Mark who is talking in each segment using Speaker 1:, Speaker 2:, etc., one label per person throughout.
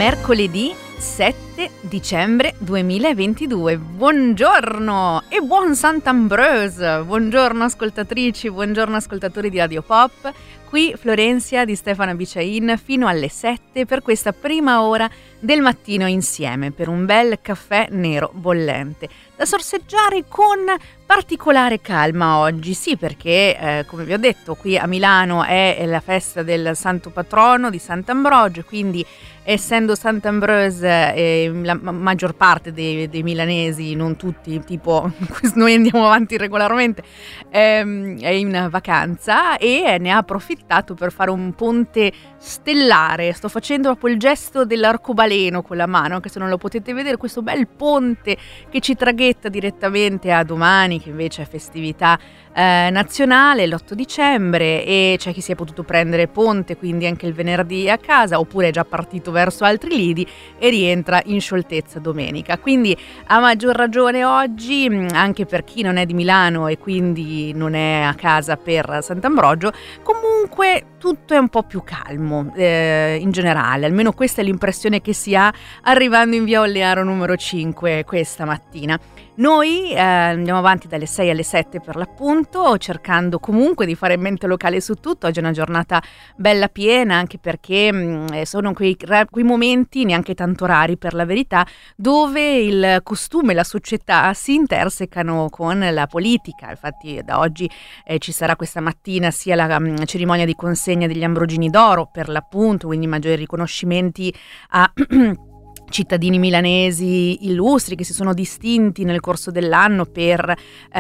Speaker 1: mercoledì 7 dicembre 2022. Buongiorno e buon Sant'Ambrose! Buongiorno ascoltatrici, buongiorno ascoltatori di Radio Pop. Qui Florenzia di Stefano Biciain fino alle 7 per questa prima ora del mattino insieme per un bel caffè nero bollente da sorseggiare con particolare calma oggi, sì, perché come vi ho detto qui a Milano è la festa del santo patrono di Sant'Ambrogio, quindi essendo Sant'Ambrose la maggior parte dei milanesi, non tutti, tipo noi andiamo avanti regolarmente, è in vacanza e ne ha approfittato per fare un ponte stellare. Sto facendo proprio il gesto dell'arcobaleno con la mano, anche se non lo potete vedere, questo bel ponte che ci traghetta direttamente a domani, che invece è festività nazionale, l'8 dicembre, e c'è chi si è potuto prendere ponte, quindi anche il venerdì a casa, oppure è già partito verso altri lidi e rientra in scioltezza domenica. Quindi a maggior ragione oggi, anche per chi non è di Milano e quindi non è a casa per Sant'Ambrogio, comunque tutto è un po' più calmo in generale, almeno questa è l'impressione che si ha arrivando in via Ollearo numero 5 questa mattina. Noi andiamo avanti dalle 6 alle 7 per l'appunto, cercando comunque di fare mente locale su tutto. Oggi è una giornata bella piena, anche perché sono quei momenti, neanche tanto rari per la verità, dove il costume e la società si intersecano con la politica. Infatti da oggi ci sarà questa mattina sia la cerimonia di consegna degli Ambrogini d'Oro per l'appunto, quindi maggiori riconoscimenti a cittadini milanesi illustri che si sono distinti nel corso dell'anno per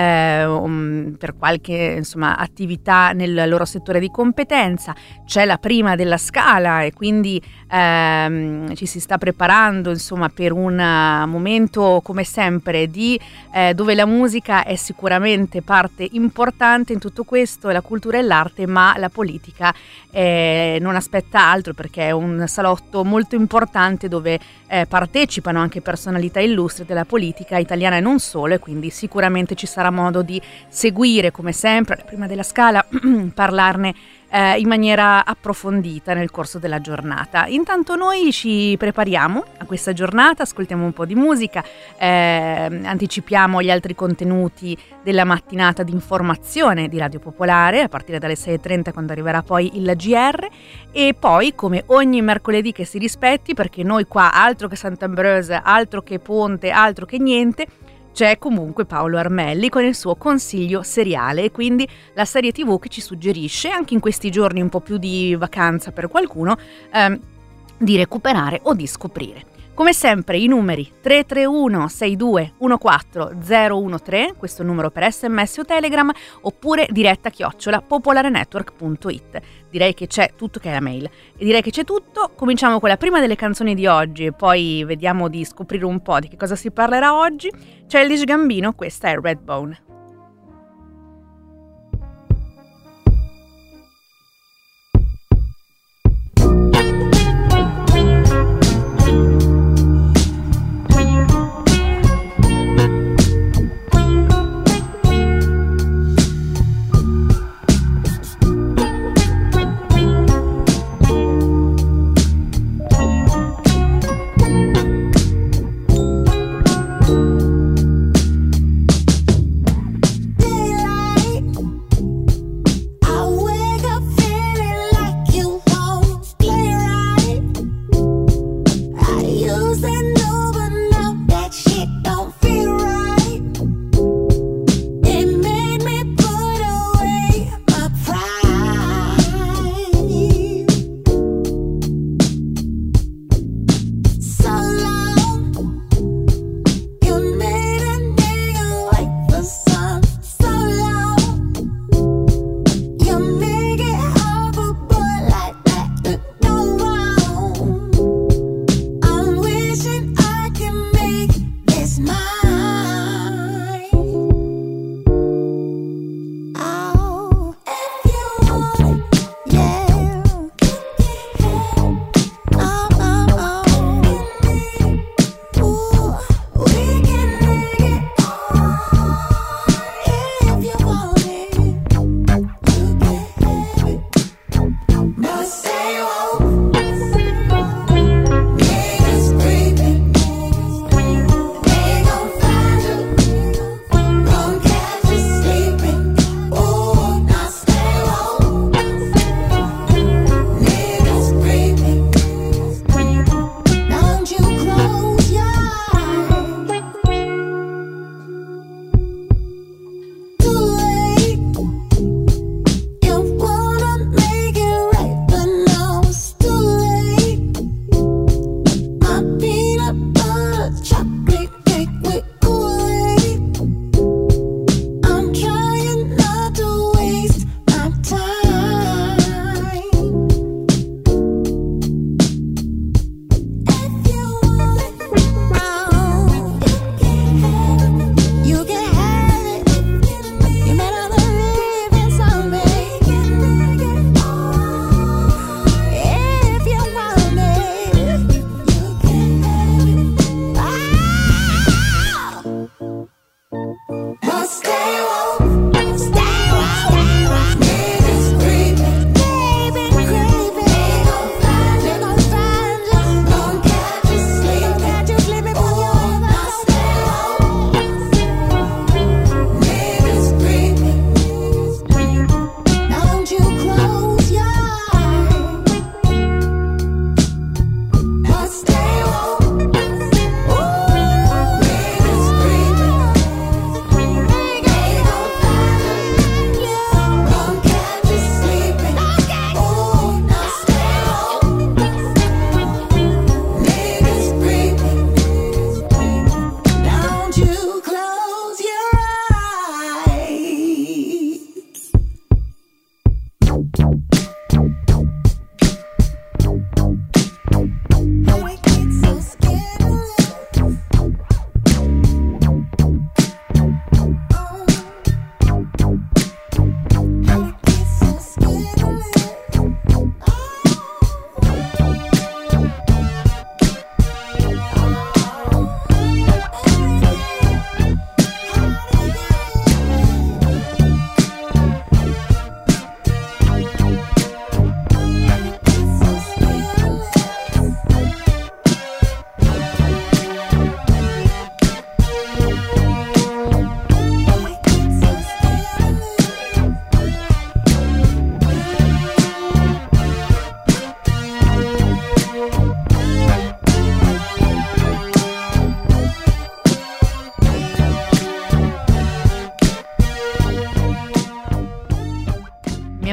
Speaker 1: qualche attività nel loro settore di competenza. C'è la prima della Scala e quindi ci si sta preparando per un momento come sempre dove la musica è sicuramente parte importante in tutto questo, la cultura e l'arte, ma la politica non aspetta altro, perché è un salotto molto importante dove partecipano anche personalità illustri della politica italiana e non solo, e quindi sicuramente ci sarà modo di seguire come sempre prima della Scala, parlarne in maniera approfondita nel corso della giornata. Intanto noi ci prepariamo a questa giornata, ascoltiamo un po' di musica, anticipiamo gli altri contenuti della mattinata di informazione di Radio Popolare a partire dalle 6:30, quando arriverà poi il GR, e poi come ogni mercoledì che si rispetti, perché noi qua altro che Sant'Ambrose, altro che ponte, altro che niente, c'è comunque Paolo Armelli con il suo consiglio seriale, e quindi la serie TV che ci suggerisce, anche in questi giorni un po' più di vacanza per qualcuno, di recuperare o di scoprire. Come sempre i numeri 331 62 14 013, questo è il numero per SMS o Telegram, oppure diretta@popolarenetwork.it. Direi che c'è tutto, che è la mail, e direi che c'è tutto. Cominciamo con la prima delle canzoni di oggi e poi vediamo di scoprire un po' di che cosa si parlerà oggi. C'è Childish Gambino, questa è Redbone.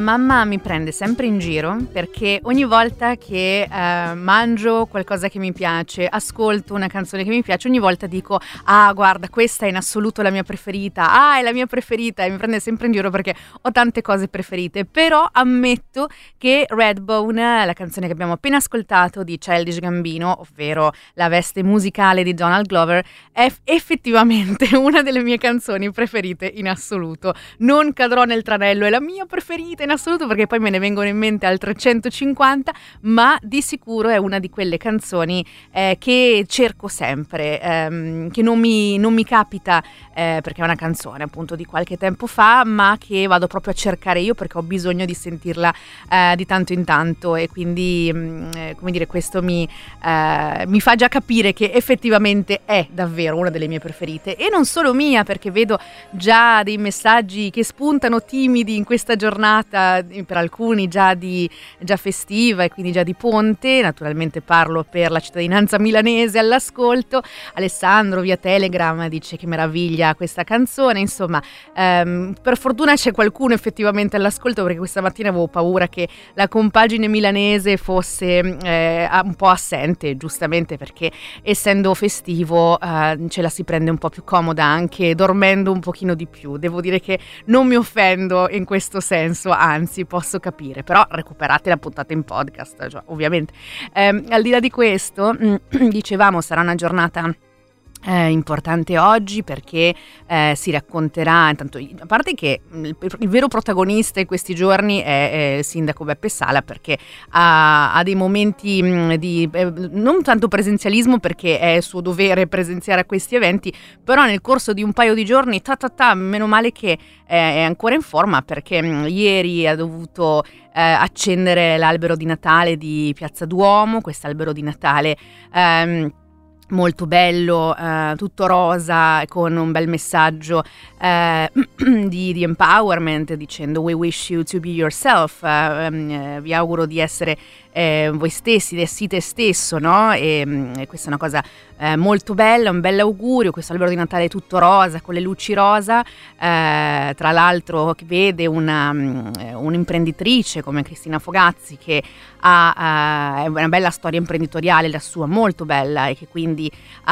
Speaker 1: mamma mi prende sempre in giro perché ogni volta che mangio qualcosa che mi piace, ascolto una canzone che mi piace, ogni volta dico ah guarda questa è in assoluto la mia preferita, ah è la mia preferita, e mi prende sempre in giro perché ho tante cose preferite. Però ammetto che Redbone, la canzone che abbiamo appena ascoltato di Childish Gambino, ovvero la veste musicale di Donald Glover, è effettivamente una delle mie canzoni preferite in assoluto. Non cadrò nel tranello, è la mia preferita in assoluto perché poi me ne vengono in mente altre 150, ma di sicuro è una di quelle canzoni che cerco sempre, che non mi capita perché è una canzone appunto di qualche tempo fa, ma che vado proprio a cercare io perché ho bisogno di sentirla di tanto in tanto, e quindi come dire, questo mi fa già capire che effettivamente è davvero una delle mie preferite, e non solo mia, perché vedo già dei messaggi che spuntano timidi in questa giornata, per alcuni già festiva e quindi già di ponte. Naturalmente parlo per la cittadinanza milanese all'ascolto. Alessandro via Telegram dice che meraviglia questa canzone, insomma per fortuna c'è qualcuno effettivamente all'ascolto, perché questa mattina avevo paura che la compagine milanese fosse un po' assente, giustamente perché essendo festivo ce la si prende un po' più comoda anche dormendo un pochino di più. Devo dire che non mi offendo in questo senso, anzi posso capire, però recuperate la puntata in podcast, cioè, ovviamente. Al di là di questo, dicevamo, sarà una giornata importante oggi perché si racconterà, intanto, a parte che il vero protagonista in questi giorni è il sindaco Beppe Sala, perché ha dei momenti di non tanto presenzialismo, perché è suo dovere presenziare a questi eventi, però nel corso di un paio di giorni meno male che è ancora in forma, perché ieri ha dovuto accendere l'albero di Natale di Piazza Duomo, quest'albero di Natale molto bello, tutto rosa, con un bel messaggio di empowerment, dicendo we wish you to be yourself, vi auguro di essere voi stessi, sii te stesso, no? E questa è una cosa molto bella, un bell'augurio. Questo albero di Natale tutto rosa, con le luci rosa, tra l'altro che vede un'imprenditrice come Cristina Fogazzi, che ha una bella storia imprenditoriale, la sua, molto bella, e che quindi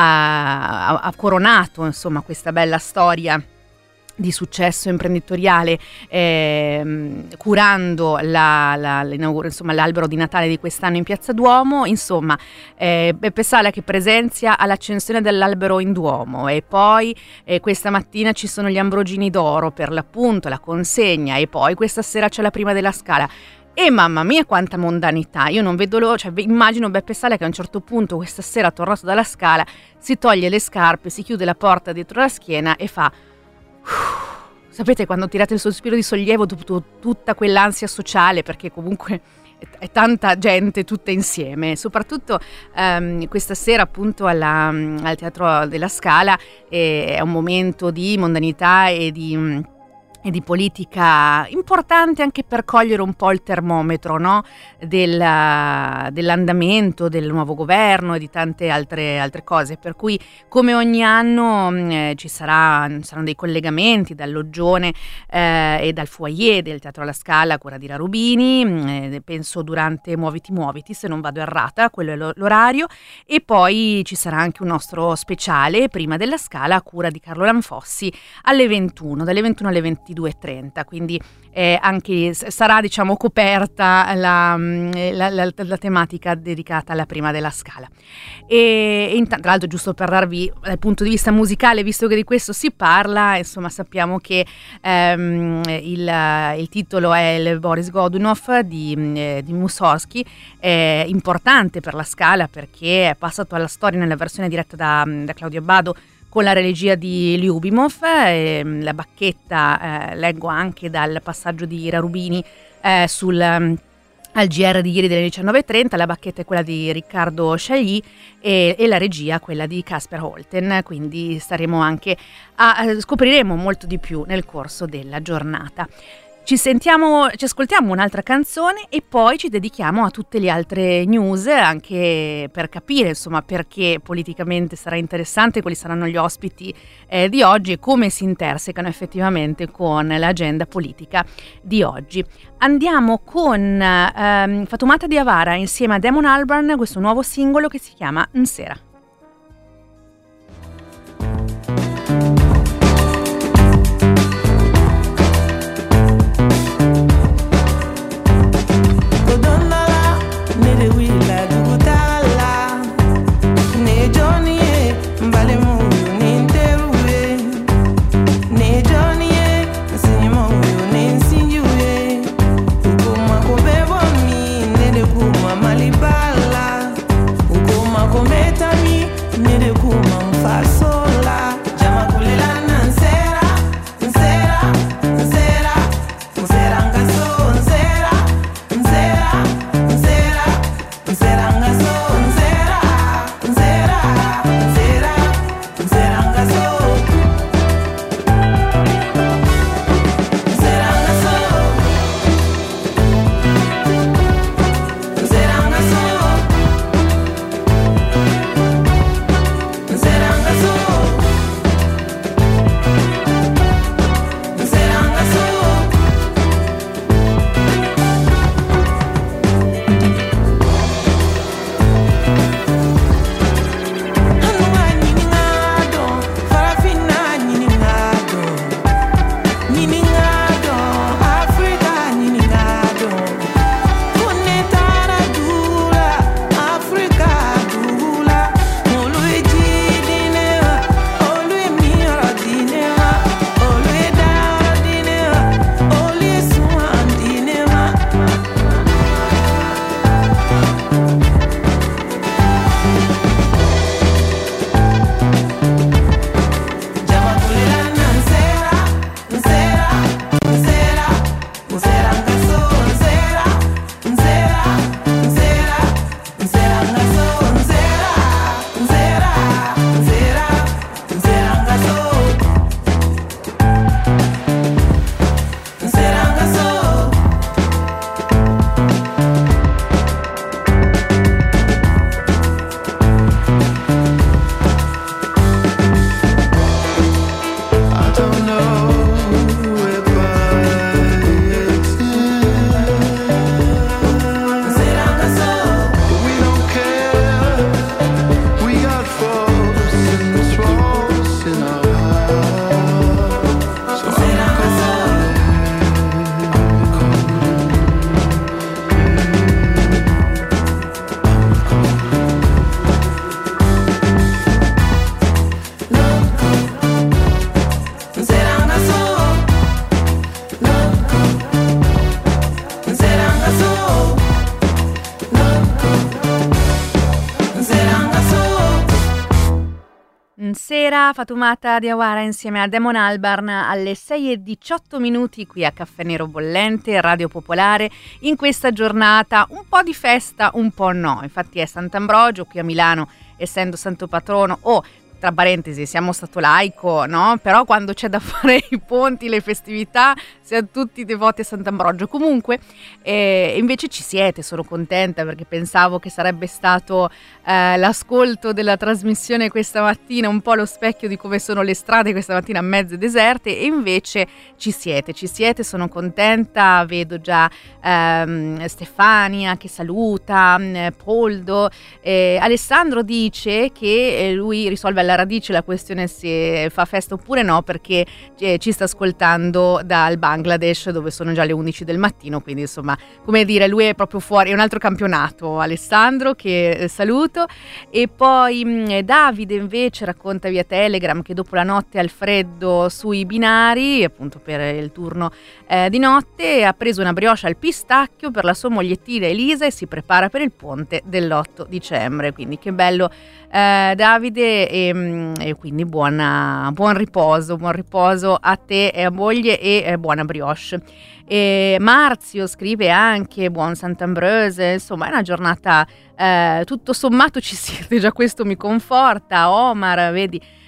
Speaker 1: ha coronato insomma questa bella storia di successo imprenditoriale curando l'albero di Natale di quest'anno in Piazza Duomo. Insomma, Beppe Sala che presenzia all'accensione dell'albero in Duomo, e poi questa mattina ci sono gli Ambrogini d'Oro per l'appunto, la consegna, e poi questa sera c'è la prima della Scala. E mamma mia quanta mondanità, io non vedo l'ora, cioè immagino Beppe Sala che a un certo punto questa sera, tornato dalla Scala, si toglie le scarpe, si chiude la porta dietro la schiena e fa... Sapete quando tirate il sospiro di sollievo dopo tutta quell'ansia sociale, perché comunque è tanta gente tutta insieme, soprattutto questa sera appunto al Teatro della Scala è un momento di mondanità e di politica importante, anche per cogliere un po' il termometro, no? Dell'andamento del nuovo governo e di tante altre cose, per cui come ogni anno ci saranno dei collegamenti dal loggione e dal foyer del Teatro alla Scala a cura di Larubini, penso durante Muoviti, se non vado errata, quello è l'orario, e poi ci sarà anche un nostro speciale prima della Scala a cura di Carlo Lanfossi dalle 21 alle 22:30, quindi anche sarà, diciamo, coperta la tematica dedicata alla prima della Scala. E tra l'altro, giusto per darvi dal punto di vista musicale, visto che di questo si parla, insomma sappiamo che il titolo è il Boris Godunov di Mussorgsky, importante per la Scala perché è passato alla storia nella versione diretta da Claudio Abbado con la regia di Lyubimov. La bacchetta, leggo anche dal passaggio di Larubini al GR di ieri delle 19:30, la bacchetta è quella di Riccardo Chailly e la regia quella di Kasper Holten, quindi staremo anche scopriremo molto di più nel corso della giornata. Ci ascoltiamo un'altra canzone e poi ci dedichiamo a tutte le altre news, anche per capire insomma perché politicamente sarà interessante, quali saranno gli ospiti di oggi e come si intersecano effettivamente con l'agenda politica di oggi. Andiamo con Fatoumata Diawara insieme a Damon Albarn, questo nuovo singolo che si chiama Nsera. Sera, Fatoumata Diawara insieme a Damon Albarn alle 6:18 qui a Caffè Nero Bollente, Radio Popolare, in questa giornata un po' di festa, un po' no. Infatti è Sant'Ambrogio qui a Milano, essendo santo patrono, tra parentesi, siamo stato laico, no? Però quando c'è da fare i ponti, le festività, siamo tutti devoti a Sant'Ambrogio. Comunque, invece ci siete, sono contenta perché pensavo che sarebbe stato l'ascolto della trasmissione questa mattina un po' lo specchio di come sono le strade questa mattina mezze deserte, e invece ci siete, sono contenta, vedo già Stefania che saluta, Poldo, Alessandro dice che lui risolve alla radice la questione se fa festa oppure no, perché ci sta ascoltando dal Bangladesh dove sono già le 11 del mattino, quindi insomma, come dire, lui è proprio fuori, è un altro campionato. Alessandro, che saluto. E poi Davide invece racconta via Telegram che dopo la notte al freddo sui binari, appunto per il turno di notte, ha preso una brioche al pistacchio per la sua mogliettina Elisa e si prepara per il ponte dell'8 dicembre, quindi che bello Davide, e quindi buon riposo a te e a moglie, e buona brioche. E Marzio scrive anche buon Sant'Ambrose, insomma è una giornata tutto sommato ci siete, già questo mi conforta. Omar, vedi,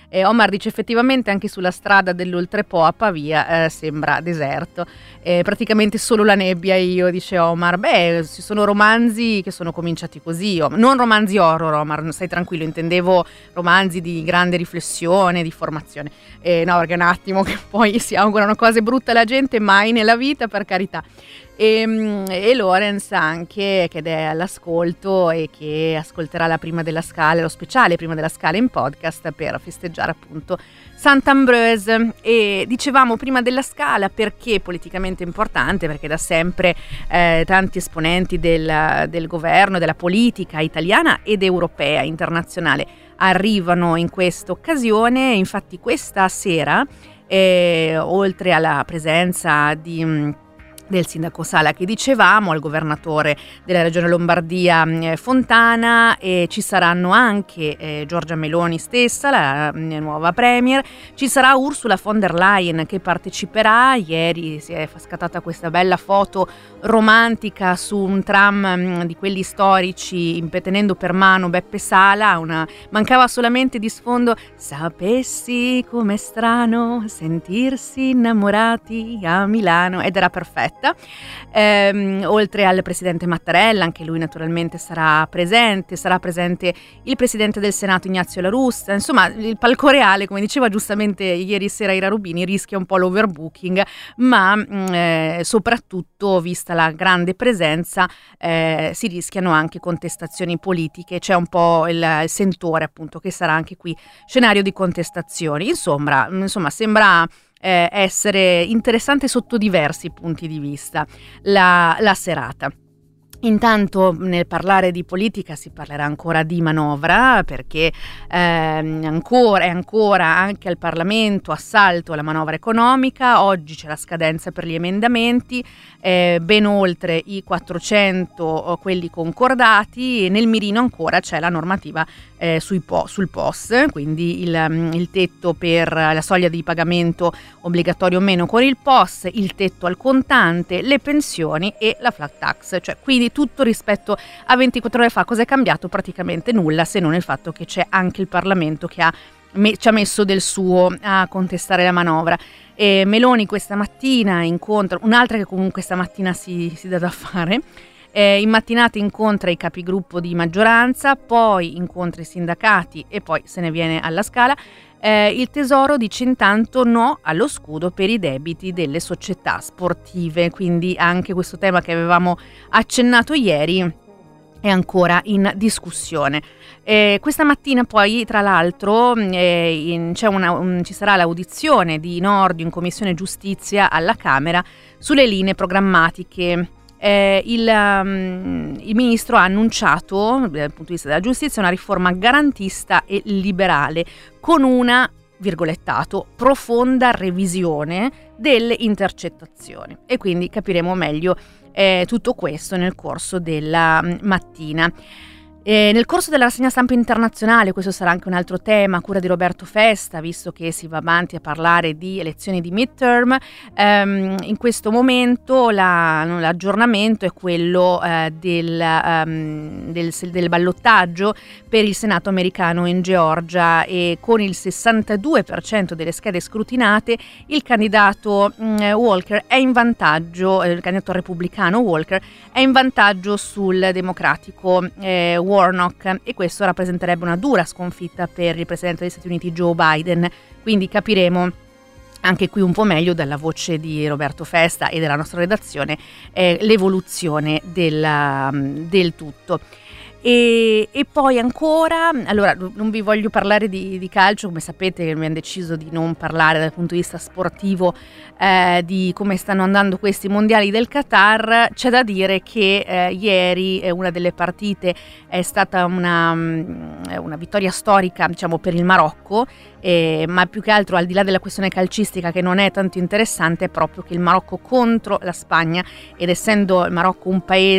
Speaker 1: Omar dice effettivamente anche sulla strada dell'Oltrepo a Pavia sembra deserto, praticamente solo la nebbia io, dice Omar. Beh, ci sono romanzi che sono cominciati così, non romanzi horror, Omar, stai tranquillo, intendevo romanzi di grande riflessione, di formazione, no, perché un attimo che poi si augurano cose brutte alla gente, mai nella vita, per carità. E Lorenz anche, che è all'ascolto e che ascolterà la Prima della Scala, lo speciale Prima della Scala in podcast per festeggiare appunto Sant'Ambroise. E dicevamo Prima della Scala perché politicamente importante, perché da sempre tanti esponenti del governo, della politica italiana ed europea, internazionale, arrivano in questa occasione. Infatti questa sera, oltre alla presenza del sindaco Sala che dicevamo, al governatore della regione Lombardia Fontana, e ci saranno anche Giorgia Meloni stessa, la nuova premier, ci sarà Ursula von der Leyen che parteciperà. Ieri si è scattata questa bella foto romantica su un tram di quelli storici, tenendo per mano Beppe Sala, mancava solamente di sfondo "Sapessi com'è strano sentirsi innamorati a Milano", ed era perfetta. Oltre al presidente Mattarella, anche lui naturalmente sarà presente il presidente del Senato Ignazio La Russa. Insomma, il palco reale, come diceva giustamente ieri sera Ira Rubini, rischia un po' l'overbooking, ma soprattutto, vista la grande presenza, si rischiano anche contestazioni politiche. C'è un po' il sentore appunto che sarà anche qui scenario di contestazioni. Insomma, sembra essere interessante sotto diversi punti di vista la serata. Intanto, nel parlare di politica si parlerà ancora di manovra, perché ancora anche al Parlamento assalto alla manovra economica. Oggi c'è la scadenza per gli emendamenti, ben oltre i 400 quelli concordati, e nel mirino ancora c'è la normativa sul POS, quindi il tetto per la soglia di pagamento obbligatorio o meno con il POS, il tetto al contante, le pensioni e la flat tax, cioè quindi tutto rispetto a 24 ore fa. Cos'è cambiato? Praticamente nulla, se non il fatto che c'è anche il Parlamento che ci ha messo del suo a contestare la manovra. E Meloni questa mattina incontra un'altra che comunque stamattina si dà da fare. In mattinata incontra i capigruppo di maggioranza, poi incontra i sindacati e poi se ne viene alla Scala. Il Tesoro dice intanto no allo scudo per i debiti delle società sportive, quindi anche questo tema che avevamo accennato ieri è ancora in discussione. Questa mattina poi, tra l'altro, ci sarà l'audizione di Nordio in Commissione Giustizia alla Camera sulle linee programmatiche. Il ministro ha annunciato, dal punto di vista della giustizia, una riforma garantista e liberale con una, virgolettato, profonda revisione delle intercettazioni, e quindi capiremo meglio tutto questo nel corso della mattina. Nel corso della rassegna stampa internazionale, questo sarà anche un altro tema a cura di Roberto Festa, visto che si va avanti a parlare di elezioni di midterm. In questo momento l'aggiornamento è quello del ballottaggio per il Senato americano in Georgia, e con il 62% delle schede scrutinate il candidato Walker è in vantaggio, il candidato repubblicano Walker è in vantaggio sul democratico Warnock, e questo rappresenterebbe una dura sconfitta per il presidente degli Stati Uniti Joe Biden. Quindi capiremo anche qui un po' meglio dalla voce di Roberto Festa e della nostra redazione l'evoluzione del tutto. E poi ancora, allora, non vi voglio parlare di calcio, come sapete che abbiamo deciso di non parlare dal punto di vista sportivo di come stanno andando questi mondiali del Qatar. C'è da dire che ieri una delle partite è stata una vittoria storica, diciamo, per il Marocco, ma più che altro, al di là della questione calcistica che non è tanto interessante, è proprio che il Marocco contro la Spagna, ed essendo il Marocco un paese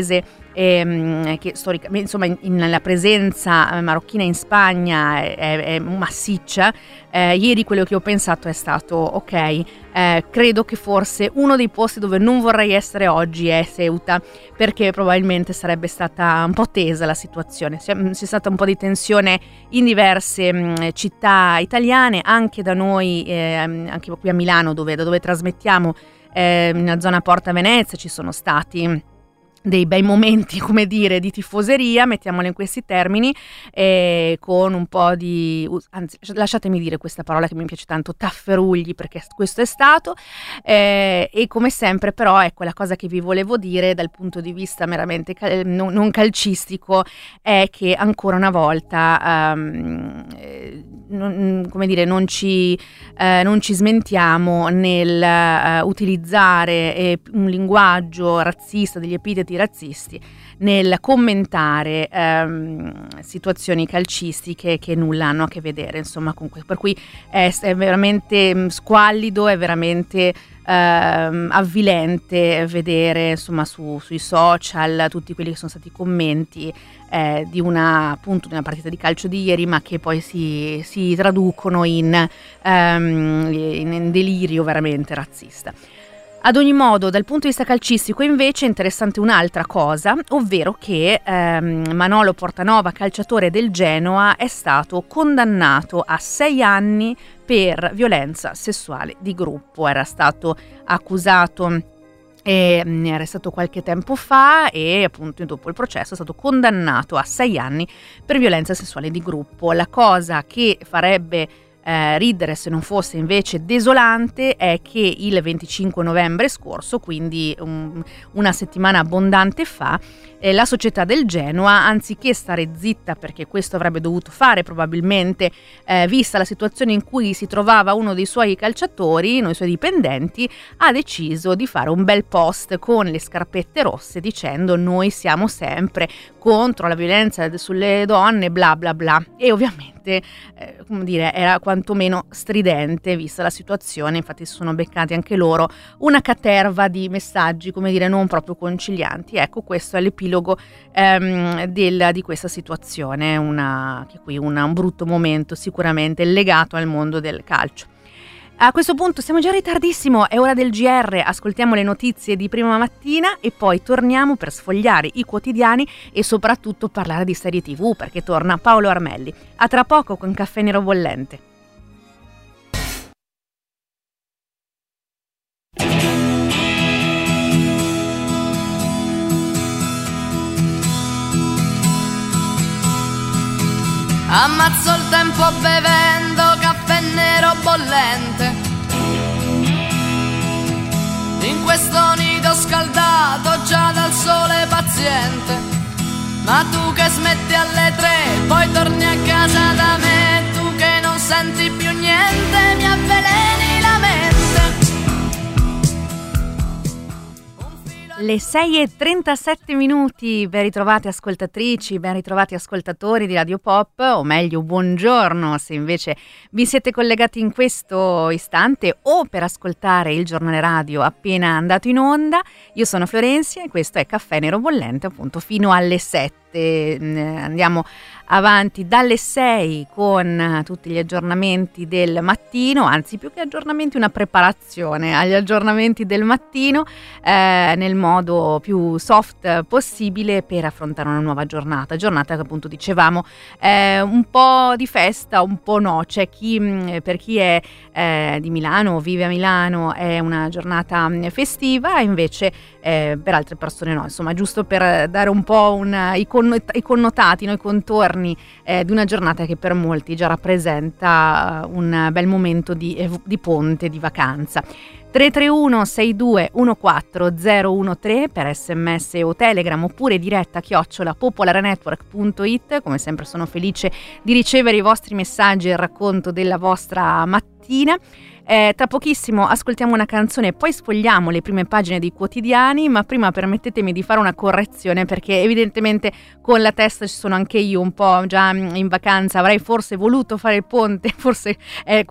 Speaker 1: che storicamente, insomma, la presenza marocchina in Spagna è massiccia. Ieri quello che ho pensato è stato: ok, credo che forse uno dei posti dove non vorrei essere oggi è Ceuta, perché probabilmente sarebbe stata un po' tesa la situazione. C'è stata un po' di tensione in diverse città italiane, anche da noi, anche qui a Milano, da dove trasmettiamo, nella zona Porta Venezia ci sono stati dei bei momenti, come dire, di tifoseria, mettiamolo in questi termini, con un po' di, anzi, lasciatemi dire questa parola che mi piace tanto, tafferugli, perché questo è stato, e come sempre però, ecco, la cosa che vi volevo dire dal punto di vista meramente non calcistico è che ancora una volta non ci smentiamo nel utilizzare un linguaggio razzista, degli epiteti razzisti, nel commentare situazioni calcistiche che nulla hanno a che vedere, insomma, comunque, per cui è veramente squallido, è veramente avvilente vedere, insomma, sui social tutti quelli che sono stati i commenti di una partita di calcio di ieri, ma che poi si traducono in delirio veramente razzista. Ad ogni modo, dal punto di vista calcistico invece è interessante un'altra cosa, ovvero che Manolo Portanova, calciatore del Genoa, è stato condannato a 6 anni per violenza sessuale di gruppo. Era stato accusato, è arrestato qualche tempo fa e appunto dopo il processo è stato condannato a 6 anni per violenza sessuale di gruppo. La cosa che farebbe ridere, se non fosse invece desolante, è che il 25 novembre scorso, quindi una settimana abbondante fa, la società del Genoa, anziché stare zitta, perché questo avrebbe dovuto fare probabilmente, vista la situazione in cui si trovava uno dei suoi calciatori, uno dei suoi dipendenti, ha deciso di fare un bel post con le scarpette rosse dicendo: noi siamo sempre contro la violenza sulle donne, bla bla bla. E ovviamente come dire, era quantomeno stridente vista la situazione. Infatti si sono beccati anche loro una caterva di messaggi, come dire, non proprio concilianti. Ecco, questo è l'epilogo di questa situazione, un brutto momento sicuramente legato al mondo del calcio. A questo punto siamo già in ritardissimo, è ora del GR, ascoltiamo le notizie di prima mattina e poi torniamo per sfogliare i quotidiani e soprattutto parlare di serie TV, perché torna Paolo Armelli. A tra poco con Caffè Nero Bollente.
Speaker 2: Ammazzo il tempo bevendo caffè nero bollente, in questo nido scaldato già dal sole paziente. Ma tu che smetti alle 3, poi torni a casa da me, tu che non senti più niente, mi avveleni la mente.
Speaker 1: Le 6:37, ben ritrovate ascoltatrici, ben ritrovati ascoltatori di Radio Pop, o meglio buongiorno se invece vi siete collegati in questo istante o per ascoltare il giornale radio appena andato in onda. Io sono Florenzia e questo è Caffè Nero Bollente, appunto fino alle 7. Andiamo avanti dalle 6 con tutti gli aggiornamenti del mattino, anzi più che aggiornamenti una preparazione agli aggiornamenti del mattino nel modo più soft possibile per affrontare una nuova giornata che appunto dicevamo un po' di festa, un po' no. C'è per chi è di Milano o vive a Milano è una giornata festiva, invece per altre persone no, insomma, giusto per dare un po' i connotati, i contorni di una giornata che per molti già rappresenta un bel momento di ponte, di vacanza. 331 6214 013 per SMS o Telegram, oppure diretta @popolarenetwork.it. Come sempre sono felice di ricevere i vostri messaggi e il racconto della vostra mattina. Tra pochissimo ascoltiamo una canzone e poi sfogliamo le prime pagine dei quotidiani, ma prima permettetemi di fare una correzione, perché evidentemente con la testa ci sono anche io un po' già in vacanza. Avrei forse voluto fare il ponte, forse è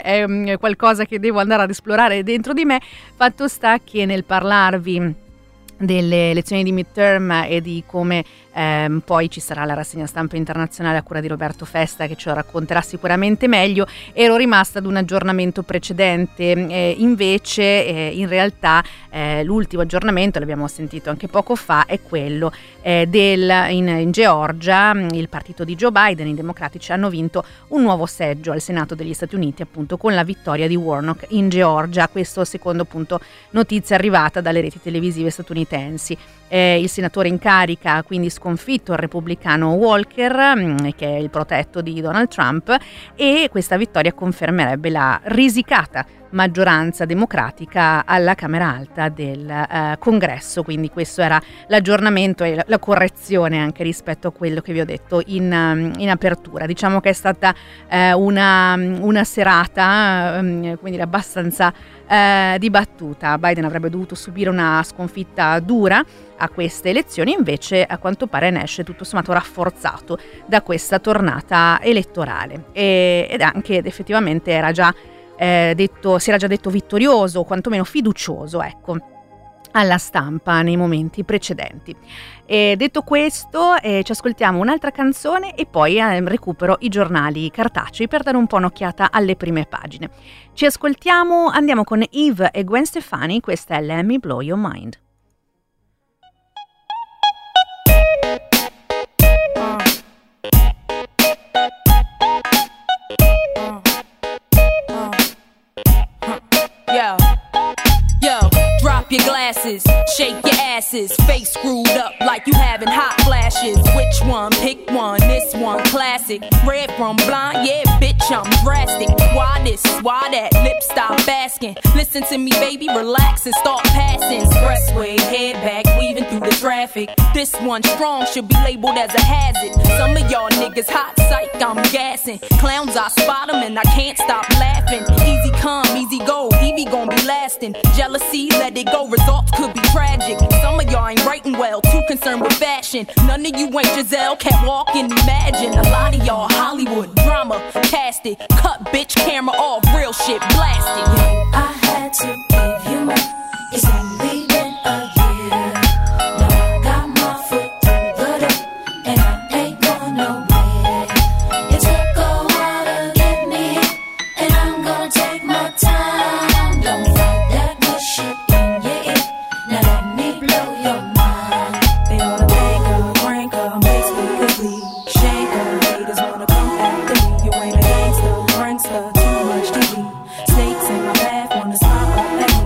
Speaker 1: qualcosa che devo andare ad esplorare dentro di me. Fatto sta che nel parlarvi delle elezioni di midterm e di come poi ci sarà la rassegna stampa internazionale a cura di Roberto Festa, che ce lo racconterà sicuramente meglio. Ero rimasta ad un aggiornamento precedente, invece in realtà l'ultimo aggiornamento, l'abbiamo sentito anche poco fa, è quello in Georgia. Il partito di Joe Biden, i democratici, hanno vinto un nuovo seggio al Senato degli Stati Uniti, appunto con la vittoria di Warnock in Georgia. Questo secondo appunto notizia arrivata dalle reti televisive statunitensi. Il senatore in carica quindi sconfitto il repubblicano Walker, che è il protetto di Donald Trump, e questa vittoria confermerebbe la risicata maggioranza democratica alla Camera Alta del Congresso. Quindi questo era l'aggiornamento e la correzione anche rispetto a quello che vi ho detto in apertura. Diciamo che è stata una serata quindi abbastanza dibattuta. Biden avrebbe dovuto subire una sconfitta dura a queste elezioni, invece a quanto pare ne esce tutto sommato rafforzato da questa tornata elettorale, ed effettivamente si era già detto vittorioso, o quantomeno fiducioso, ecco, alla stampa nei momenti precedenti. E detto questo, ci ascoltiamo un'altra canzone e poi recupero i giornali cartacei per dare un po' un'occhiata alle prime pagine. Andiamo con Eve e Gwen Stefani, questa è Let Me Blow Your Mind.
Speaker 3: Drop your glasses, shake your asses, face screwed up like you having hot flashes. Which one? Pick one, this one classic. Red from blind, yeah, bitch, I'm drastic. Why this, why that, lip stop asking. Listen to me, baby, relax and start passing. Expressway, head back, weaving through the traffic. This one strong, should be labeled as a hazard. Some of y'all niggas hot psych, I'm gassing. Clowns, I spot them and I can't stop laughing. Easy come, easy go, Evie gon' be lasting. Jealousy, let it go, results could be tragic. Some of y'all ain't writing well, too concerned with fashion. None of you ain't Giselle, can't walk and imagine. A lot of y'all Hollywood drama, cast it. Cut bitch, camera off, real shit, blast it.
Speaker 4: I had to give you more, it's only been a year. Now I got my foot through the door, and I ain't going nowhere. It took a while to get me here, and I'm gonna take my time. Don't fight that good shit in your ear, now let me blow your mind.
Speaker 3: They oughta make her, crank her, makes me quickly shake her. Haters wanna come after me, you ain't a gangster, prankster, too much TV. Snakes in my path, wanna stop up at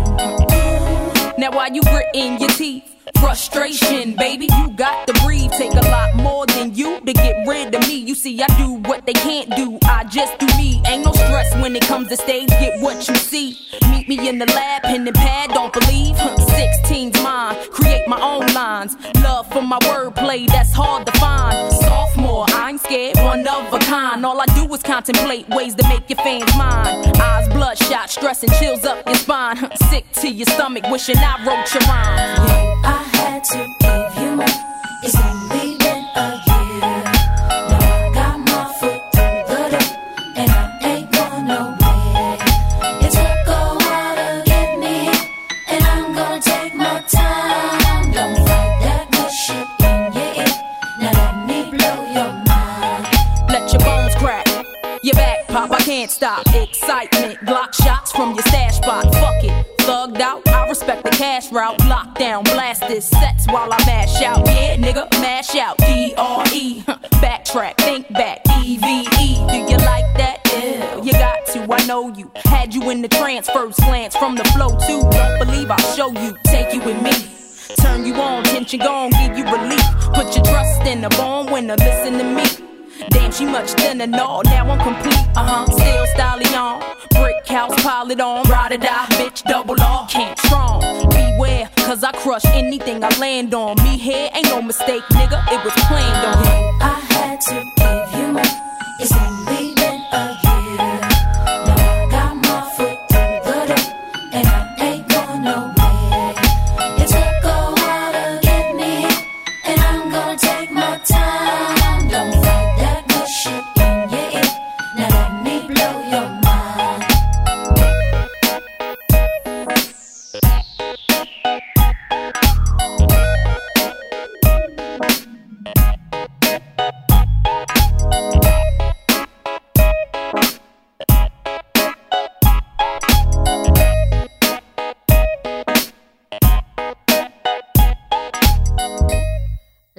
Speaker 3: me. Now why you gritting your teeth? Frustration, baby, you got to breathe. Take a lot more than you to get rid of me. You see, I do what they can't do, I just do me. Ain't no stress when it comes to stage, get what you see. Meet me in the lab, pen and pad, don't believe. 16's mine, create my own lines. Love for my wordplay, that's hard to find. Sophomore, I ain't scared, one of a kind. All I do is contemplate ways to make your fans mine. Eyes bloodshot, stress and chills up your spine. Sick to your stomach, wishing I wrote your rhyme.
Speaker 4: I had to give you more, it's only been a year. Now I got my foot through the door, and I ain't going nowhere. It took a while to get me here, and I'm gonna take my time. Don't fight that good shit in your ear, now let me blow your mind.
Speaker 3: Let your bones crack, your back pop, I can't stop. Excitement, Glock shots from your stash spot. Fuck it, thugged out, I respect the cash route. Lockdown, blast this sets while I mash out. Yeah, nigga, mash out. D-R-E, backtrack, think back. E-V-E, do you like that? Yeah, you got to, I know you. Had you in the trance, first glance from the flow too. Don't believe I'll show you, take you with me. Turn you on, tension gone, give you relief. Put your trust in the born winner, listen to me. Damn, she much thinner, no, now I'm complete, still styling on. Brick house, pile it on, ride or die, bitch, double R, can't strong. Beware, cause I crush anything I land on. Me here ain't no mistake, nigga, it was planned on.
Speaker 4: I had to give you more, it's only been a year. Now I got my foot through the door, and I ain't going nowhere. It took a while to get me here, and I'm gonna take my time. Don't fight that good shit in your ear, now let me blow your mind.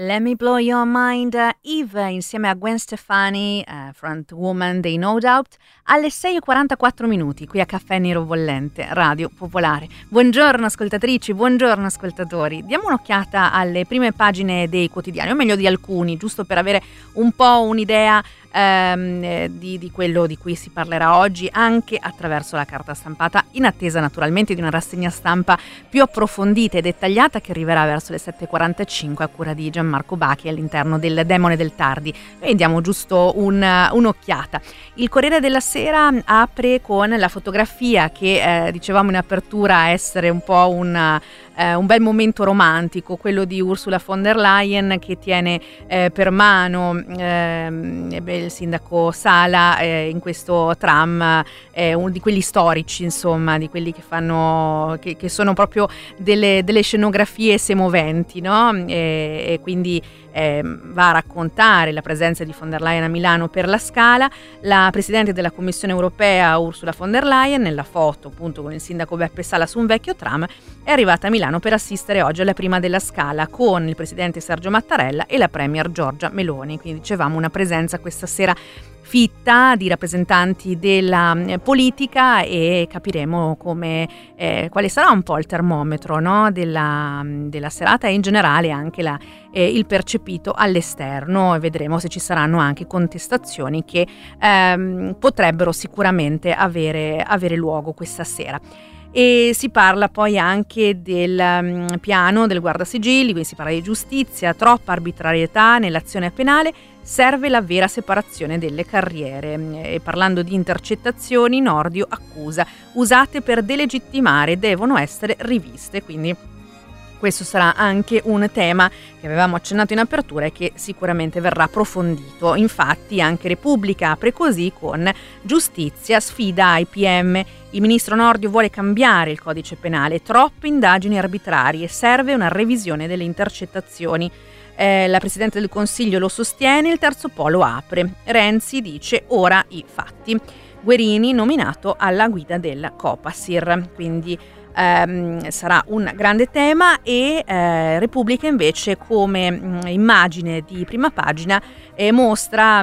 Speaker 1: Let Me Blow Your Mind, Eve insieme a Gwen Stefani, frontwoman dei No Doubt, alle 6:44 minuti qui a Caffè Nero Bollente, Radio Popolare. Buongiorno ascoltatrici, buongiorno ascoltatori. Diamo un'occhiata alle prime pagine dei quotidiani, o meglio di alcuni, giusto per avere un po' un'idea di quello di cui si parlerà oggi, anche attraverso la carta stampata, in attesa naturalmente di una rassegna stampa più approfondita e dettagliata che arriverà verso le 7:45 a cura di Gianmarco Bachi all'interno del Demone del Tardi. Noi diamo giusto un'occhiata. Il Corriere della Sera apre con la fotografia che dicevamo in apertura essere un po' un bel momento romantico, quello di Ursula von der Leyen che tiene per mano il sindaco Sala in questo tram, uno di quelli storici, insomma, di quelli che fanno che sono proprio delle scenografie semoventi, no? E quindi va a raccontare la presenza di von der Leyen a Milano per la Scala. La Presidente della Commissione Europea Ursula von der Leyen, nella foto appunto con il sindaco Beppe Sala su un vecchio tram, è arrivata a Milano per assistere oggi alla prima della Scala con il Presidente Sergio Mattarella e la Premier Giorgia Meloni. Quindi dicevamo una presenza questa sera fitta di rappresentanti della politica, e capiremo quale sarà un po' il termometro, no, della serata, e in generale anche il percepito all'esterno, e vedremo se ci saranno anche contestazioni che potrebbero sicuramente avere luogo questa sera. E si parla poi anche del piano del guardasigilli, quindi si parla di giustizia, troppa arbitrarietà nell'azione penale, serve la vera separazione delle carriere. E parlando di intercettazioni, Nordio accusa, usate per delegittimare, devono essere riviste, quindi questo sarà anche un tema che avevamo accennato in apertura e che sicuramente verrà approfondito. Infatti anche Repubblica apre così con giustizia, sfida ai PM. Il ministro Nordio vuole cambiare il codice penale, troppe indagini arbitrarie, serve una revisione delle intercettazioni. La Presidente del Consiglio lo sostiene, il terzo polo apre. Renzi dice ora i fatti. Guerini nominato alla guida del Copasir, quindi sarà un grande tema. E Repubblica invece come immagine di prima pagina mostra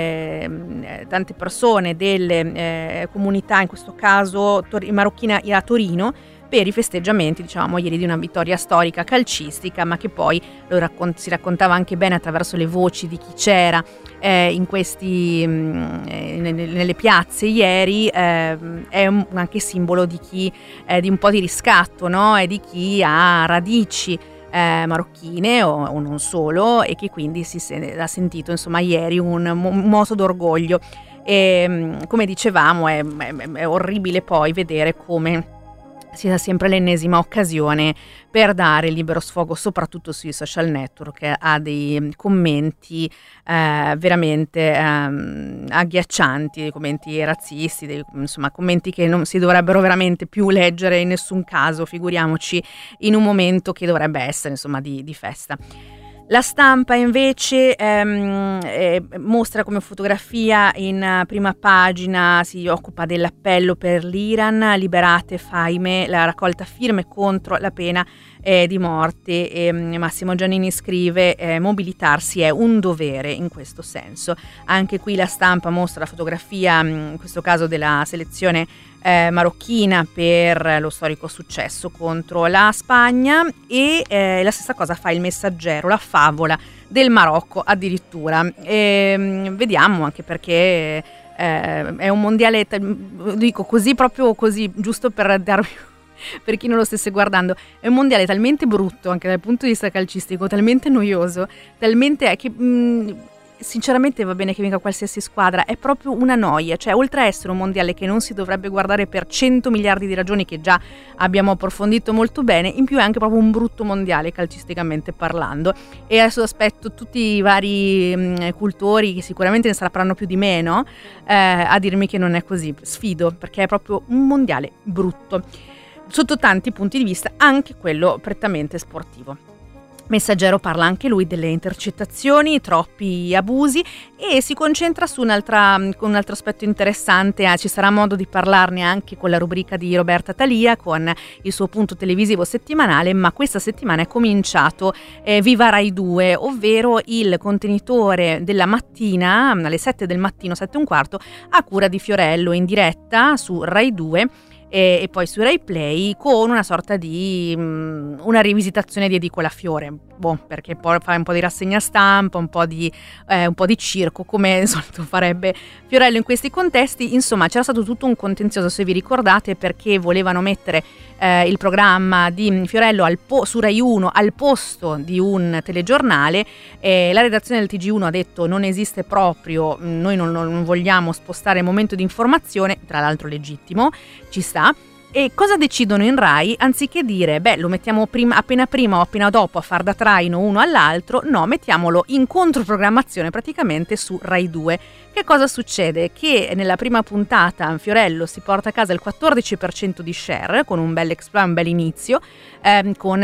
Speaker 1: tante persone delle comunità, in questo caso marocchina a Torino, per i festeggiamenti, diciamo ieri, di una vittoria storica calcistica, ma che poi si raccontava anche bene attraverso le voci di chi c'era in questi nelle piazze ieri. È anche simbolo di chi di un po' di riscatto, no? E di chi ha radici marocchine o non solo, e che quindi ha sentito, insomma, ieri un moto d'orgoglio. E come dicevamo è orribile poi vedere come sia sempre l'ennesima occasione per dare libero sfogo, soprattutto sui social network, a dei commenti veramente agghiaccianti, dei commenti razzisti, insomma commenti che non si dovrebbero veramente più leggere in nessun caso, figuriamoci in un momento che dovrebbe essere, insomma, di festa. La Stampa invece mostra come fotografia in prima pagina, si occupa dell'appello per l'Iran, liberate Faime, la raccolta firme contro la pena di morte, e Massimo Giannini scrive mobilitarsi è un dovere in questo senso. Anche qui la Stampa mostra la fotografia, in questo caso della selezione marocchina per lo storico successo contro la Spagna, e la stessa cosa fa il Messaggero, la favola del Marocco addirittura. Vediamo anche perché è un mondiale, dico così, proprio così, giusto per darvi, per chi non lo stesse guardando, è un mondiale talmente brutto anche dal punto di vista calcistico, talmente noioso, talmente che sinceramente va bene che vinca qualsiasi squadra, è proprio una noia. Cioè, oltre a essere un mondiale che non si dovrebbe guardare per 100 miliardi di ragioni che già abbiamo approfondito molto bene, in più è anche proprio un brutto mondiale calcisticamente parlando. E adesso aspetto tutti i vari cultori, che sicuramente ne sapranno più di me, no? A dirmi che non è così. Sfido, perché è proprio un mondiale brutto sotto tanti punti di vista, anche quello prettamente sportivo. Messaggero parla anche lui delle intercettazioni, troppi abusi, e si concentra su un altro aspetto interessante. Ci sarà modo di parlarne anche con la rubrica di Roberta Talia, con il suo punto televisivo settimanale, ma questa settimana è cominciato Viva Rai 2, ovvero il contenitore della mattina, alle 7 del mattino, 7:15, a cura di Fiorello, in diretta su Rai 2 e poi su Rai Play, con una sorta di una rivisitazione di Edicola Fiore, perché poi fa un po' di rassegna stampa, un po' di circo, come al solito farebbe Fiorello in questi contesti. Insomma, c'era stato tutto un contenzioso, se vi ricordate, perché volevano mettere il programma di Fiorello su Rai 1 al posto di un telegiornale. La redazione del TG1 ha detto: non esiste proprio, noi non vogliamo spostare il momento di informazione, tra l'altro legittimo, ci sta. E cosa decidono in Rai? Anziché dire lo mettiamo appena prima o appena dopo a far da traino uno all'altro, no, mettiamolo in controprogrammazione praticamente su Rai 2. Che cosa succede? Che nella prima puntata Fiorello si porta a casa il 14% di share, con un bel exploit, un bel inizio, con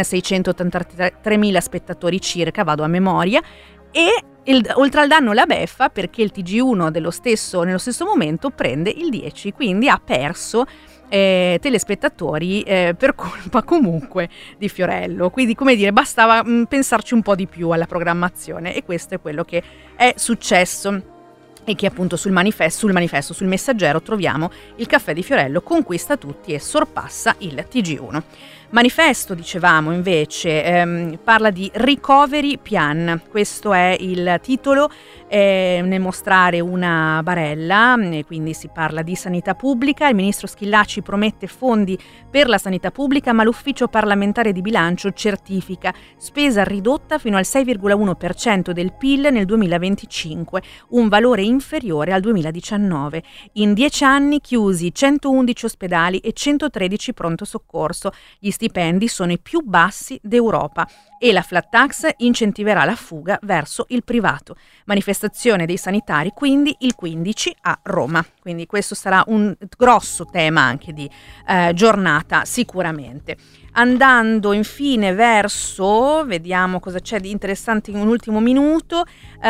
Speaker 1: 683.000 spettatori circa, vado a memoria, e oltre al danno la beffa, perché il TG1 nello stesso momento prende il 10%, quindi ha perso telespettatori per colpa comunque di Fiorello. Quindi, come dire, bastava pensarci un po' di più alla programmazione, e questo è quello che è successo, e che appunto sul Messaggero troviamo: il caffè di Fiorello conquista tutti e sorpassa il TG1. Manifesto, dicevamo, invece parla di recovery plan. Questo è il titolo, nel mostrare una barella, quindi si parla di sanità pubblica. Il ministro Schillaci promette fondi per la sanità pubblica, ma l'ufficio parlamentare di bilancio certifica spesa ridotta fino al 6,1% del PIL nel 2025, un valore inferiore al 2019. In 10 anni chiusi 111 ospedali e 113 pronto soccorso. Gli stipendi sono i più bassi d'Europa, e la flat tax incentiverà la fuga verso il privato. Manifestazione dei sanitari quindi il 15 a Roma. Quindi questo sarà un grosso tema anche di giornata, sicuramente. Andando infine verso, vediamo cosa c'è di interessante in un ultimo minuto.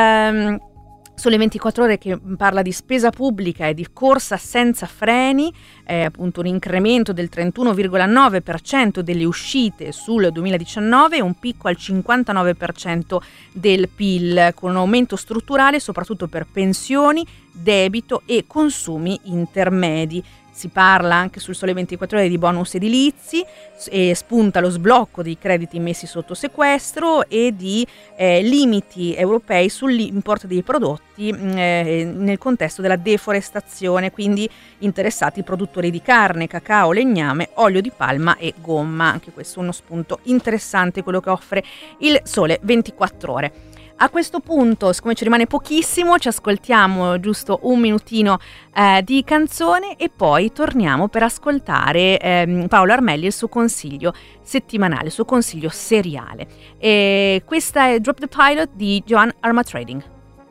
Speaker 1: Sole 24 Ore, che parla di spesa pubblica e di corsa senza freni, appunto un incremento del 31,9% delle uscite sul 2019 e un picco al 59% del PIL, con un aumento strutturale soprattutto per pensioni, debito e consumi intermedi. Si parla anche sul Sole 24 Ore di bonus edilizi, e spunta lo sblocco dei crediti messi sotto sequestro e di limiti europei sull'import dei prodotti nel contesto della deforestazione, quindi interessati i produttori di carne, cacao, legname, olio di palma e gomma. Anche questo è uno spunto interessante, quello che offre il Sole 24 Ore. A questo punto, siccome ci rimane pochissimo, ci ascoltiamo giusto un minutino di canzone e poi torniamo per ascoltare Paolo Armelli e il suo consiglio settimanale, il suo consiglio seriale. Questa è Drop the Pilot di Joan Armatrading.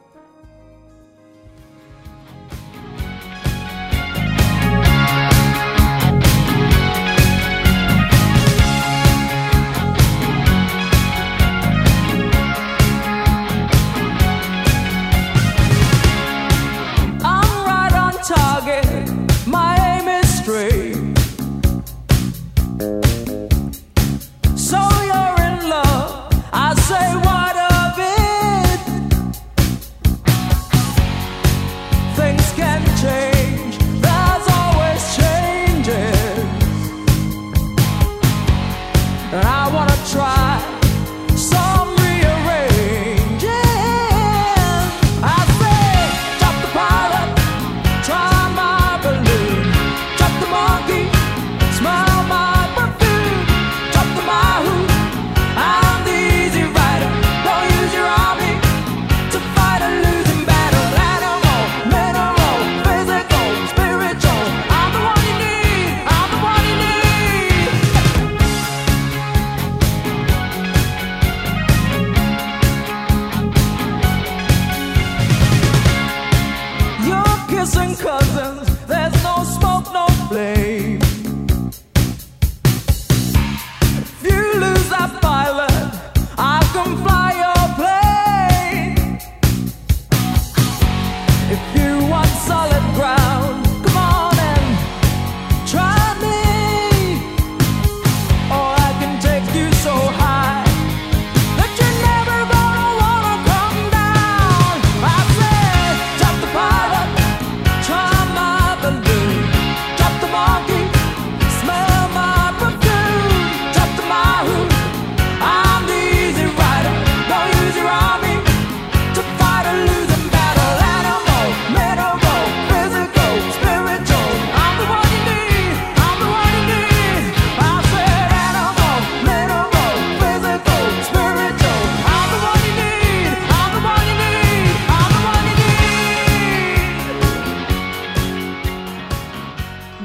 Speaker 5: My aim is straight. So you're in love. I say, what of it? Things can change. There's always changes. And I wanna try some rearranging. I say, drop the pilot, try. Smell my perfume, drop the Mahou. I'm the easy rider. Don't use your army to fight a losing battle. Animal, mineral, physical, spiritual. I'm the one you need. I'm the one you need. You're kissing cousins. There's no smoke, no flame. Pilot, I've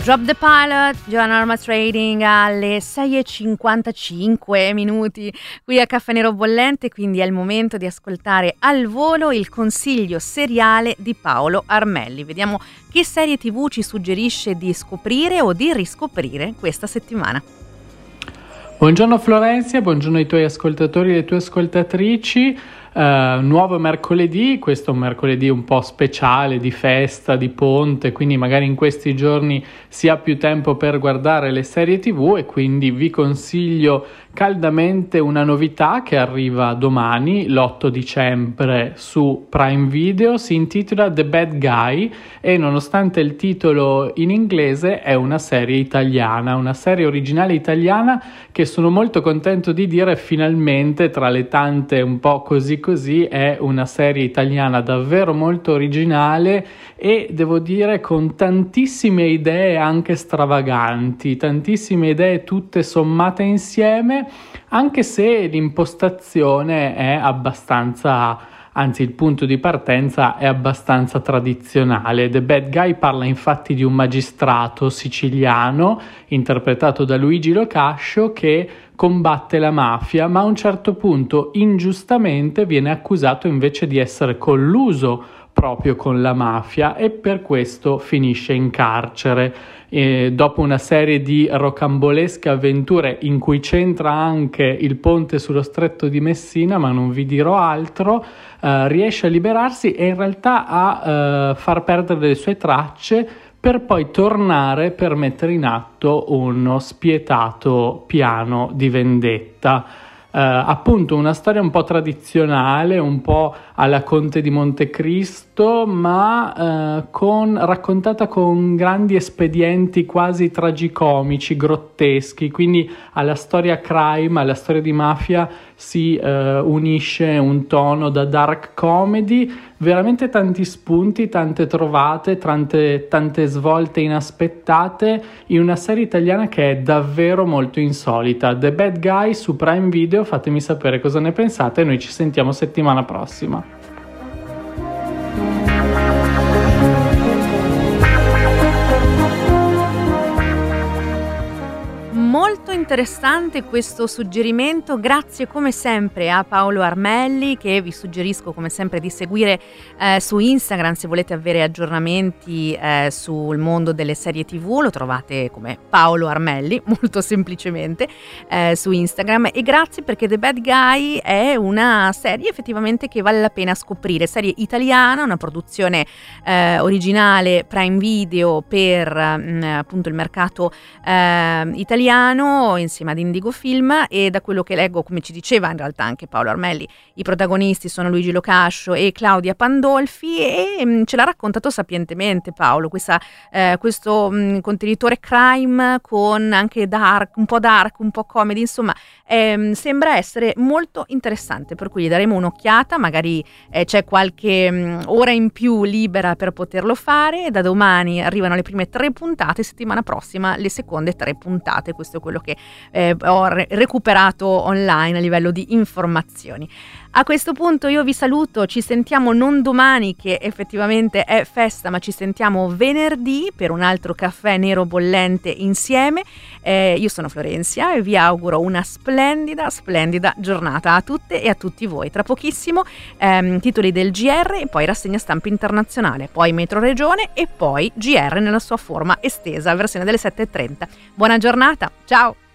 Speaker 1: Drop the Pilot, Joan Norma Trading alle 6:55 qui a Caffè Nero Bollente, quindi è il momento di ascoltare al volo il consiglio seriale di Paolo Armelli. Vediamo che serie TV ci suggerisce di scoprire o di riscoprire questa settimana.
Speaker 6: Buongiorno Florenzia, buongiorno ai tuoi ascoltatori e alle tue ascoltatrici. Nuovo mercoledì, questo è un mercoledì un po' speciale, di festa, di ponte, quindi magari in questi giorni si ha più tempo per guardare le serie TV e quindi vi consiglio caldamente una novità che arriva domani, l'8 dicembre su Prime Video. Si intitola The Bad Guy e nonostante il titolo in inglese è una serie italiana, una serie originale italiana che sono molto contento di dire finalmente, tra le tante un po' così è una serie italiana davvero molto originale e devo dire con tantissime idee anche stravaganti, tantissime idee tutte sommate insieme, anche se l'impostazione è abbastanza, anzi il punto di partenza è abbastanza tradizionale. The Bad Guy parla infatti di un magistrato siciliano interpretato da Luigi Locascio che combatte la mafia, ma a un certo punto ingiustamente viene accusato invece di essere colluso proprio con la mafia e per questo finisce in carcere. Dopo una serie di rocambolesche avventure in cui c'entra anche il ponte sullo stretto di Messina, ma non vi dirò altro, riesce a liberarsi e in realtà a far perdere le sue tracce per poi tornare per mettere in atto uno spietato piano di vendetta. Appunto una storia un po' tradizionale, un po' alla Conte di Montecristo, ma raccontata con grandi espedienti quasi tragicomici, grotteschi, quindi alla storia crime, alla storia di mafia si unisce un tono da dark comedy, veramente tanti spunti, tante trovate, tante svolte inaspettate in una serie italiana che è davvero molto insolita. The Bad Guy su Prime Video, fatemi sapere cosa ne pensate e noi ci sentiamo settimana prossima.
Speaker 1: Molto interessante questo suggerimento, grazie come sempre a Paolo Armelli, che vi suggerisco come sempre di seguire su Instagram se volete avere aggiornamenti sul mondo delle serie TV. Lo trovate come Paolo Armelli molto semplicemente su Instagram, e grazie perché The Bad Guy è una serie effettivamente che vale la pena scoprire, serie italiana, una produzione originale Prime Video per appunto il mercato italiano insieme ad Indigo Film, e da quello che leggo, come ci diceva in realtà anche Paolo Armelli, i protagonisti sono Luigi Locascio e Claudia Pandolfi, e ce l'ha raccontato sapientemente Paolo, questo contenitore crime con anche dark, un po' comedy, insomma sembra essere molto interessante, per cui gli daremo un'occhiata, magari c'è qualche ora in più libera per poterlo fare. Da domani arrivano le prime 3 puntate, settimana prossima le seconde 3 puntate. Questo è quello che ho recuperato online a livello di informazioni. A questo punto io vi saluto, ci sentiamo non domani che effettivamente è festa, ma ci sentiamo venerdì per un altro Caffè Nero Bollente insieme. Io sono Florenzia e vi auguro una splendida giornata a tutte e a tutti voi. Tra pochissimo titoli del GR e poi rassegna stampa internazionale, poi Metro Regione e poi GR nella sua forma estesa, versione delle 7:30. Buona giornata, ciao!